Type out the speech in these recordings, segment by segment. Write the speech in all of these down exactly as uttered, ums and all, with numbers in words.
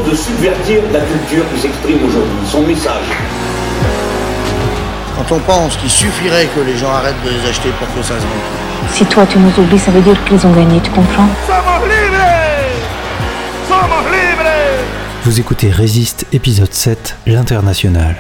de subvertir la culture qui s'exprime aujourd'hui, son message. Quand on pense qu'il suffirait que les gens arrêtent de les acheter pour que ça se vende. Si toi tu nous oublies, ça veut dire qu'ils ont gagné, tu comprends? Somos libres! Somos libres! Vous écoutez Résiste, épisode sept, l'Internationale.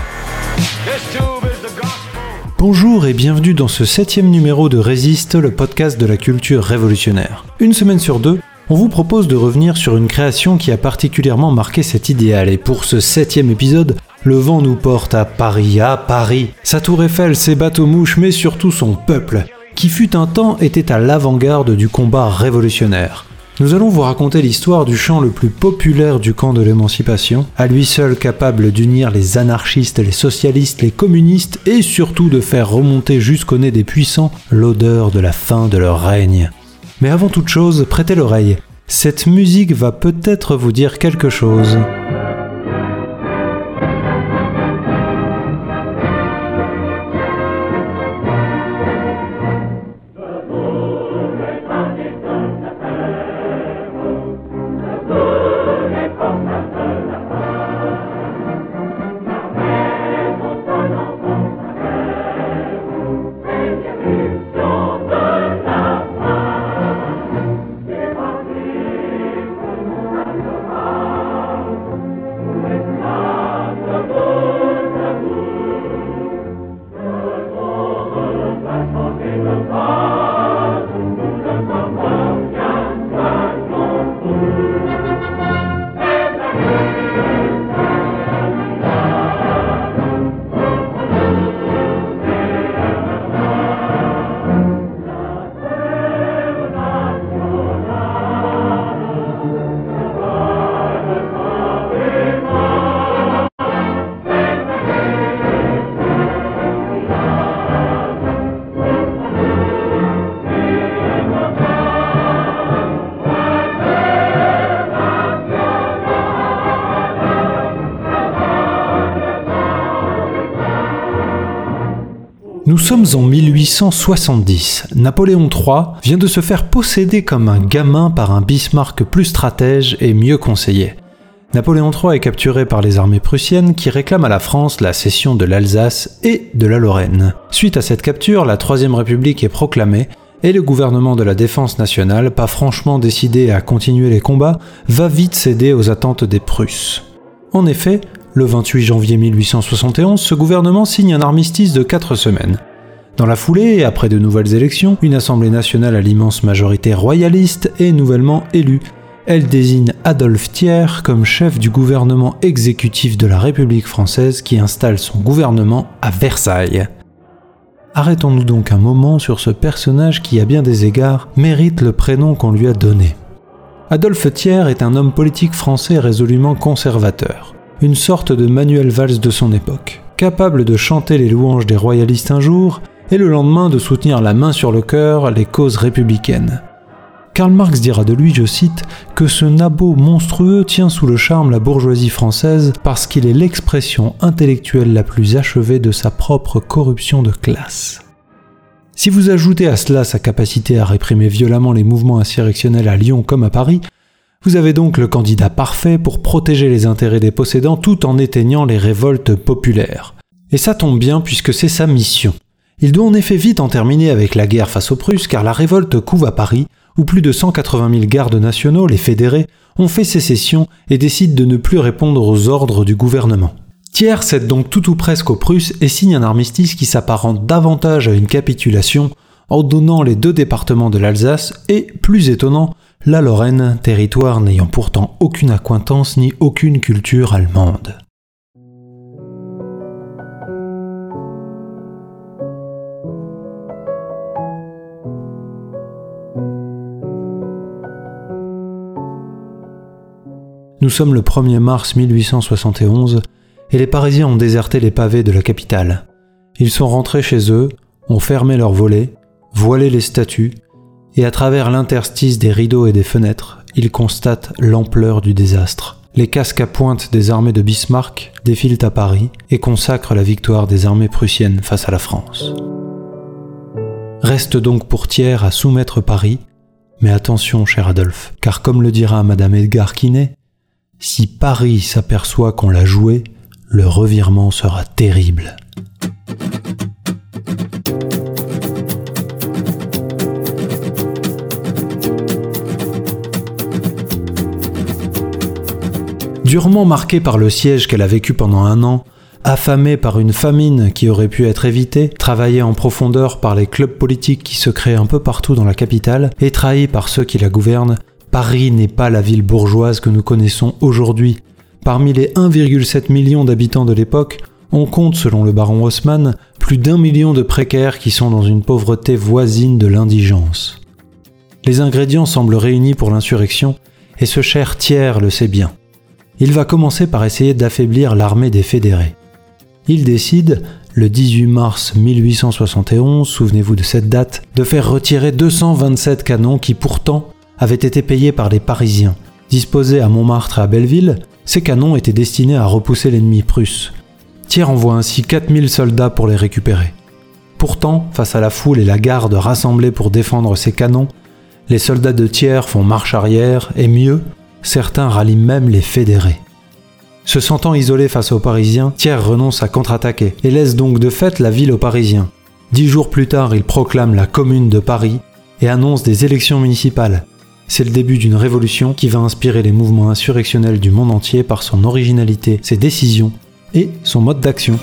Bonjour et bienvenue dans ce septième numéro de Résiste, le podcast de la culture révolutionnaire. Une semaine sur deux, on vous propose de revenir sur une création qui a particulièrement marqué cet idéal. Et pour ce septième épisode, le vent nous porte à Paris, à Paris. Sa tour Eiffel, ses bateaux-mouches, mais surtout son peuple, qui fut un temps était à l'avant-garde du combat révolutionnaire. Nous allons vous raconter l'histoire du chant le plus populaire du camp de l'émancipation, à lui seul capable d'unir les anarchistes, les socialistes, les communistes et surtout de faire remonter jusqu'au nez des puissants l'odeur de la fin de leur règne. Mais avant toute chose, prêtez l'oreille, cette musique va peut-être vous dire quelque chose. Nous sommes en mille huit cent soixante-dix. Napoléon trois vient de se faire posséder comme un gamin par un Bismarck plus stratège et mieux conseillé. Napoléon trois est capturé par les armées prussiennes qui réclament à la France la cession de l'Alsace et de la Lorraine. Suite à cette capture, la Troisième République est proclamée et le gouvernement de la Défense nationale, pas franchement décidé à continuer les combats, va vite céder aux attentes des Prusses. En effet, le vingt-huit janvier mille huit cent soixante et onze, ce gouvernement signe un armistice de quatre semaines. Dans la foulée, et après de nouvelles élections, une assemblée nationale à l'immense majorité royaliste est nouvellement élue. Elle désigne Adolphe Thiers comme chef du gouvernement exécutif de la République française qui installe son gouvernement à Versailles. Arrêtons-nous donc un moment sur ce personnage qui, à bien des égards, mérite le prénom qu'on lui a donné. Adolphe Thiers est un homme politique français résolument conservateur. Une sorte de Manuel Valls de son époque, capable de chanter les louanges des royalistes un jour et le lendemain de soutenir la main sur le cœur les causes républicaines. Karl Marx dira de lui, je cite, que ce nabot monstrueux tient sous le charme la bourgeoisie française parce qu'il est l'expression intellectuelle la plus achevée de sa propre corruption de classe. Si vous ajoutez à cela sa capacité à réprimer violemment les mouvements insurrectionnels à Lyon comme à Paris, vous avez donc le candidat parfait pour protéger les intérêts des possédants tout en éteignant les révoltes populaires. Et ça tombe bien puisque c'est sa mission. Il doit en effet vite en terminer avec la guerre face aux Prusses car la révolte couve à Paris où plus de cent quatre-vingt mille gardes nationaux, les fédérés, ont fait sécession et décident de ne plus répondre aux ordres du gouvernement. Thiers cède donc tout ou presque aux Prusses et signe un armistice qui s'apparente davantage à une capitulation en donnant les deux départements de l'Alsace et, plus étonnant, la Lorraine, territoire n'ayant pourtant aucune accointance ni aucune culture allemande. Nous sommes le premier mars mille huit cent soixante et onze et les Parisiens ont déserté les pavés de la capitale. Ils sont rentrés chez eux, ont fermé leurs volets, voilé les statues, et à travers l'interstice des rideaux et des fenêtres, ils constatent l'ampleur du désastre. Les casques à pointe des armées de Bismarck défilent à Paris et consacrent la victoire des armées prussiennes face à la France. Reste donc pour Thiers à soumettre Paris, mais attention cher Adolphe, car comme le dira Madame Edgar Quinet, Si Paris s'aperçoit qu'on l'a joué, le revirement sera terrible. Durement marquée par le siège qu'elle a vécu pendant un an, affamée par une famine qui aurait pu être évitée, travaillée en profondeur par les clubs politiques qui se créent un peu partout dans la capitale et trahie par ceux qui la gouvernent, Paris n'est pas la ville bourgeoise que nous connaissons aujourd'hui. Parmi les un virgule sept million d'habitants de l'époque, on compte, selon le baron Haussmann, plus d'un million de précaires qui sont dans une pauvreté voisine de l'indigence. Les ingrédients semblent réunis pour l'insurrection, et ce cher Thiers le sait bien. Il va commencer par essayer d'affaiblir l'armée des fédérés. Il décide, le dix-huit mars mille huit cent soixante et onze, souvenez-vous de cette date, de faire retirer deux cent vingt-sept canons qui pourtant avaient été payés par les Parisiens. Disposés à Montmartre et à Belleville, ces canons étaient destinés à repousser l'ennemi prusse. Thiers envoie ainsi quatre mille soldats pour les récupérer. Pourtant, face à la foule et la garde rassemblée pour défendre ces canons, les soldats de Thiers font marche arrière et mieux, certains rallient même les fédérés. Se sentant isolé face aux Parisiens, Thiers renonce à contre-attaquer et laisse donc de fait la ville aux Parisiens. Dix jours plus tard, il proclame la Commune de Paris et annonce des élections municipales. C'est le début d'une révolution qui va inspirer les mouvements insurrectionnels du monde entier par son originalité, ses décisions et son mode d'action.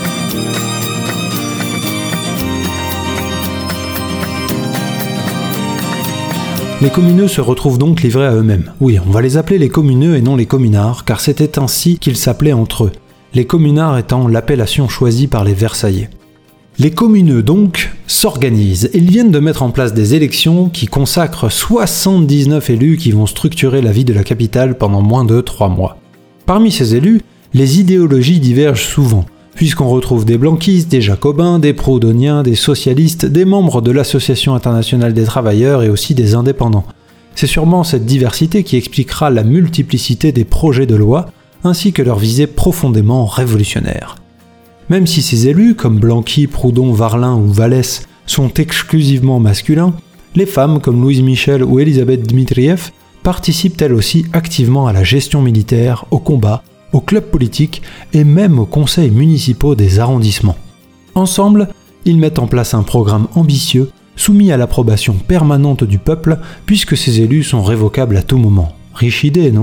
Les communeux se retrouvent donc livrés à eux-mêmes. Oui, on va les appeler les communeux et non les communards, car c'était ainsi qu'ils s'appelaient entre eux, les communards étant l'appellation choisie par les Versaillais. Les communeux, donc, s'organisent. Ils viennent de mettre en place des élections qui consacrent soixante-dix-neuf élus qui vont structurer la vie de la capitale pendant moins de trois mois. Parmi ces élus, les idéologies divergent souvent, puisqu'on retrouve des blanquistes, des jacobins, des proudhoniens, des socialistes, des membres de l'Association internationale des travailleurs et aussi des indépendants. C'est sûrement cette diversité qui expliquera la multiplicité des projets de loi, ainsi que leur visée profondément révolutionnaire. Même si ces élus, comme Blanqui, Proudhon, Varlin ou Vallès, sont exclusivement masculins, les femmes, comme Louise Michel ou Elisabeth Dmitrieff, participent elles aussi activement à la gestion militaire, au combat, aux clubs politiques et même aux conseils municipaux des arrondissements. Ensemble, ils mettent en place un programme ambitieux, soumis à l'approbation permanente du peuple, puisque ces élus sont révocables à tout moment. Riche idée, non ?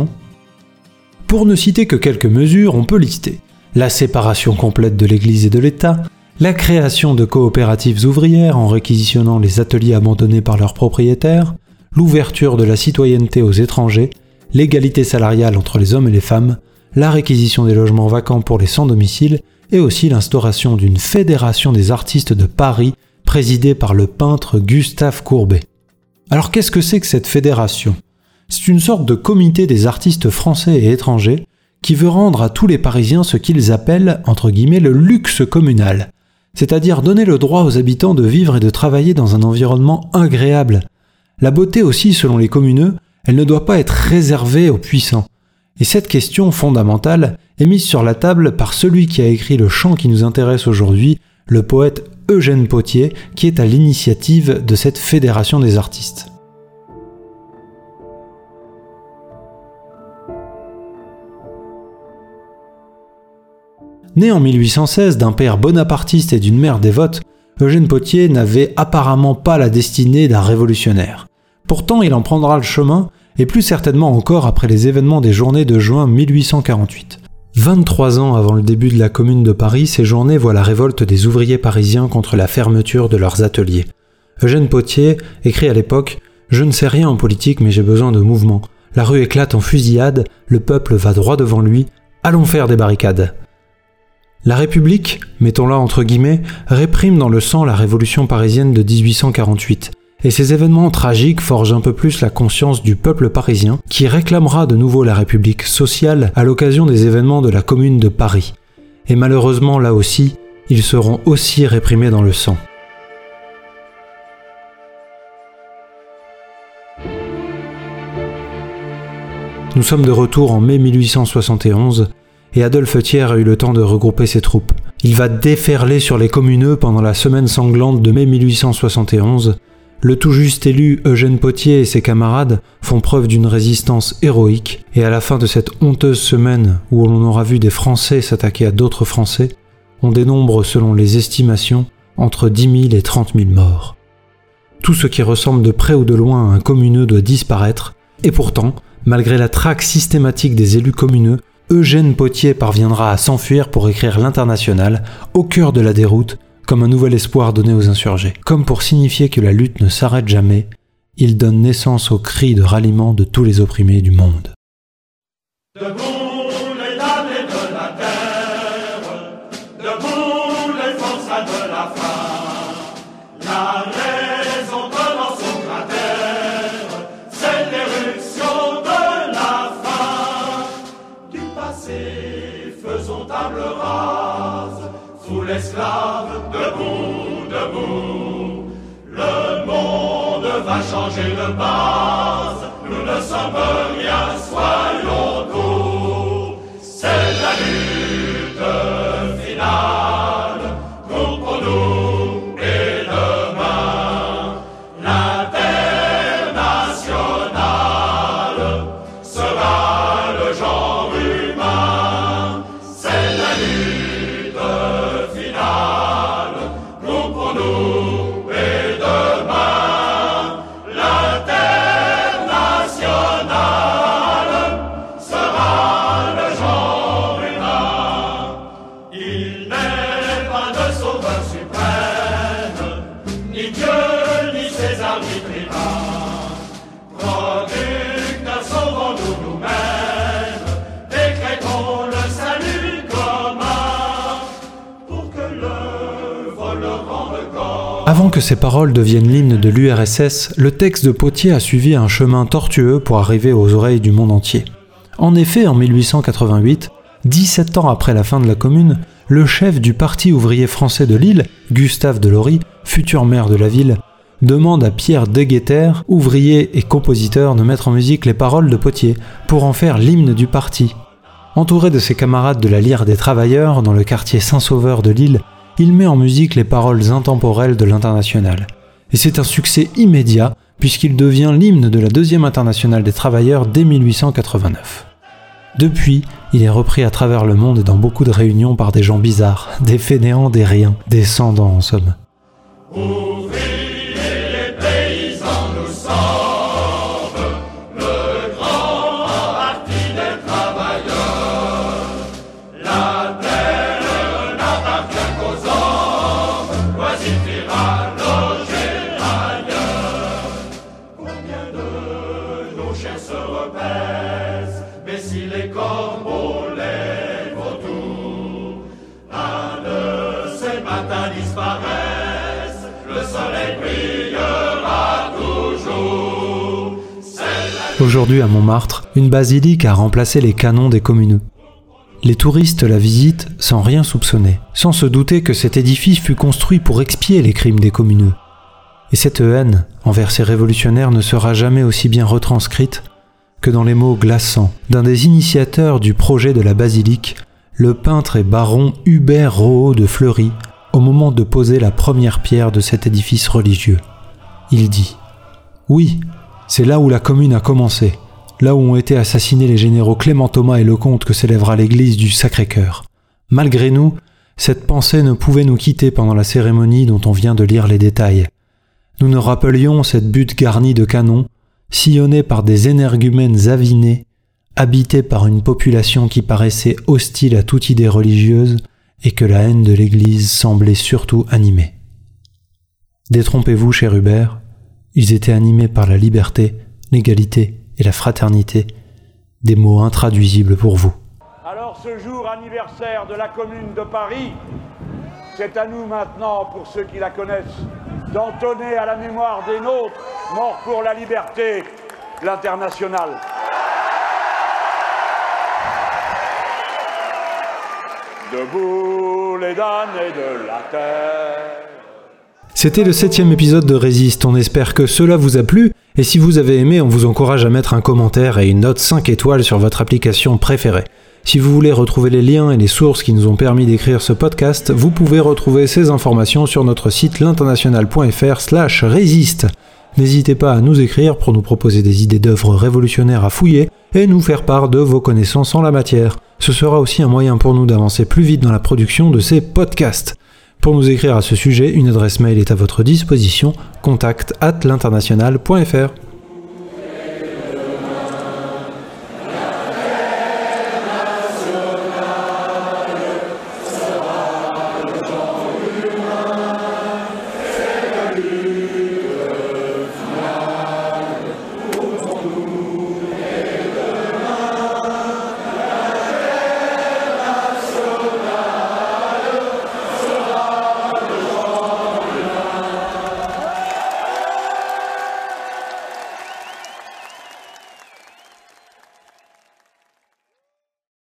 Pour ne citer que quelques mesures, on peut lister la séparation complète de l'Église et de l'État, la création de coopératives ouvrières en réquisitionnant les ateliers abandonnés par leurs propriétaires, l'ouverture de la citoyenneté aux étrangers, l'égalité salariale entre les hommes et les femmes, la réquisition des logements vacants pour les sans-domicile et aussi l'instauration d'une fédération des artistes de Paris présidée par le peintre Gustave Courbet. Alors qu'est-ce que c'est que cette fédération ? C'est une sorte de comité des artistes français et étrangers qui veut rendre à tous les Parisiens ce qu'ils appellent, entre guillemets, le luxe communal, c'est-à-dire donner le droit aux habitants de vivre et de travailler dans un environnement agréable. La beauté aussi, selon les communeux, elle ne doit pas être réservée aux puissants. Et cette question fondamentale est mise sur la table par celui qui a écrit le chant qui nous intéresse aujourd'hui, le poète Eugène Pottier, qui est à l'initiative de cette fédération des artistes. Né en mille huit cent seize d'un père bonapartiste et d'une mère dévote, Eugène Pottier n'avait apparemment pas la destinée d'un révolutionnaire. Pourtant, il en prendra le chemin, et plus certainement encore après les événements des journées de juin mille huit cent quarante-huit. vingt-trois ans avant le début de la Commune de Paris, ces journées voient la révolte des ouvriers parisiens contre la fermeture de leurs ateliers. Eugène Pottier écrit à l'époque « Je ne sais rien en politique, mais j'ai besoin de mouvement. La rue éclate en fusillade, le peuple va droit devant lui, allons faire des barricades !» La République, mettons-la entre guillemets, réprime dans le sang la révolution parisienne de dix-huit cent quarante-huit. Et ces événements tragiques forgent un peu plus la conscience du peuple parisien qui réclamera de nouveau la République sociale à l'occasion des événements de la Commune de Paris. Et malheureusement, là aussi, ils seront aussi réprimés dans le sang. Nous sommes de retour en mai mille huit cent soixante et onze et Adolphe Thiers a eu le temps de regrouper ses troupes. Il va déferler sur les communeux pendant la semaine sanglante de mai mille huit cent soixante et onze, le tout juste élu Eugène Pottier et ses camarades font preuve d'une résistance héroïque, et à la fin de cette honteuse semaine où l'on aura vu des Français s'attaquer à d'autres Français, on dénombre selon les estimations entre dix mille et trente mille morts. Tout ce qui ressemble de près ou de loin à un communeux doit disparaître, et pourtant, malgré la traque systématique des élus communeux, Eugène Pottier parviendra à s'enfuir pour écrire l'Internationale, au cœur de la déroute, comme un nouvel espoir donné aux insurgés. Comme pour signifier que la lutte ne s'arrête jamais, il donne naissance aux cris de ralliement de tous les opprimés du monde. Debout les damnés de la terre, debout les forçats de la faim, la raison dans son cratère, c'est l'éruption de la faim. Du passé, faisons table rase, sous l'esclave, debout, debout. Le monde va changer de base, nous ne sommes rien, soyons doux. C'est la lutte finale, nous pour nous et demain. L'Internationale sera le genre humain. C'est la lutte finale, nous pour nous et demain. L'Internationale sera le genre humain. Il n'est pas de sauveur suprême, ni Dieu ni ses arbitres. Producteurs, sauvons-nous nous-mêmes, décrétons le salut commun, pour que le vol rende corps. Avant que ces paroles deviennent l'hymne de l'U R S S, le texte de Pottier a suivi un chemin tortueux pour arriver aux oreilles du monde entier. En effet, en mille huit cent quatre-vingt-huit, dix-sept ans après la fin de la Commune, le chef du Parti ouvrier français de Lille, Gustave Delory, futur maire de la ville, demande à Pierre Degueter, ouvrier et compositeur, de mettre en musique les paroles de Pottier pour en faire l'hymne du parti. Entouré de ses camarades de la Lyre des Travailleurs, dans le quartier Saint-Sauveur de Lille, il met en musique les paroles intemporelles de l'Internationale. Et c'est un succès immédiat, puisqu'il devient l'hymne de la deuxième Internationale des Travailleurs dès mille huit cent quatre-vingt-neuf. Depuis, il est repris à travers le monde et dans beaucoup de réunions par des gens bizarres, des fainéants, des riens, des sans-dents en somme. Ouvriers, paysans, nous sommes le grand parti des travailleurs. La terre n'appartient qu'aux hommes, loisirs ira loger ailleurs. Combien de nos chairs se repaissent, mais si les corbeaux les vautours, un de ces matins disparaissent, le soleil brillera toujours. Aujourd'hui à Montmartre, une basilique a remplacé les canons des communeux. Les touristes la visitent sans rien soupçonner, sans se douter que cet édifice fut construit pour expier les crimes des communeux. Et cette haine envers ces révolutionnaires ne sera jamais aussi bien retranscrite que dans les mots glaçants d'un des initiateurs du projet de la basilique, le peintre et baron Hubert Rohaut de Fleury, au moment de poser la première pierre de cet édifice religieux. Il dit « Oui, c'est là où la Commune a commencé, là où ont été assassinés les généraux Clément Thomas et Lecomte que s'élèvera l'église du Sacré-Cœur. Malgré nous, cette pensée ne pouvait nous quitter pendant la cérémonie dont on vient de lire les détails. Nous nous rappelions cette butte garnie de canons, sillonnée par des énergumènes avinés, habitée par une population qui paraissait hostile à toute idée religieuse et que la haine de l'Église semblait surtout animer. Détrompez-vous, cher Hubert, ils étaient animés par la liberté, l'égalité et la fraternité, des mots intraduisibles pour vous. Alors ce jour anniversaire de la Commune de Paris, c'est à nous maintenant, pour ceux qui la connaissent, d'entonner à la mémoire des nôtres, morts pour la liberté, l'Internationale. Debout les damnés de la terre. C'était le septième épisode de Résiste, on espère que cela vous a plu, et si vous avez aimé, on vous encourage à mettre un commentaire et une note cinq étoiles sur votre application préférée. Si vous voulez retrouver les liens et les sources qui nous ont permis d'écrire ce podcast, vous pouvez retrouver ces informations sur notre site l'international point f r slash résiste. N'hésitez pas à nous écrire pour nous proposer des idées d'œuvres révolutionnaires à fouiller et nous faire part de vos connaissances en la matière. Ce sera aussi un moyen pour nous d'avancer plus vite dans la production de ces podcasts. Pour nous écrire à ce sujet, une adresse mail est à votre disposition, contact arobase l'international point f r.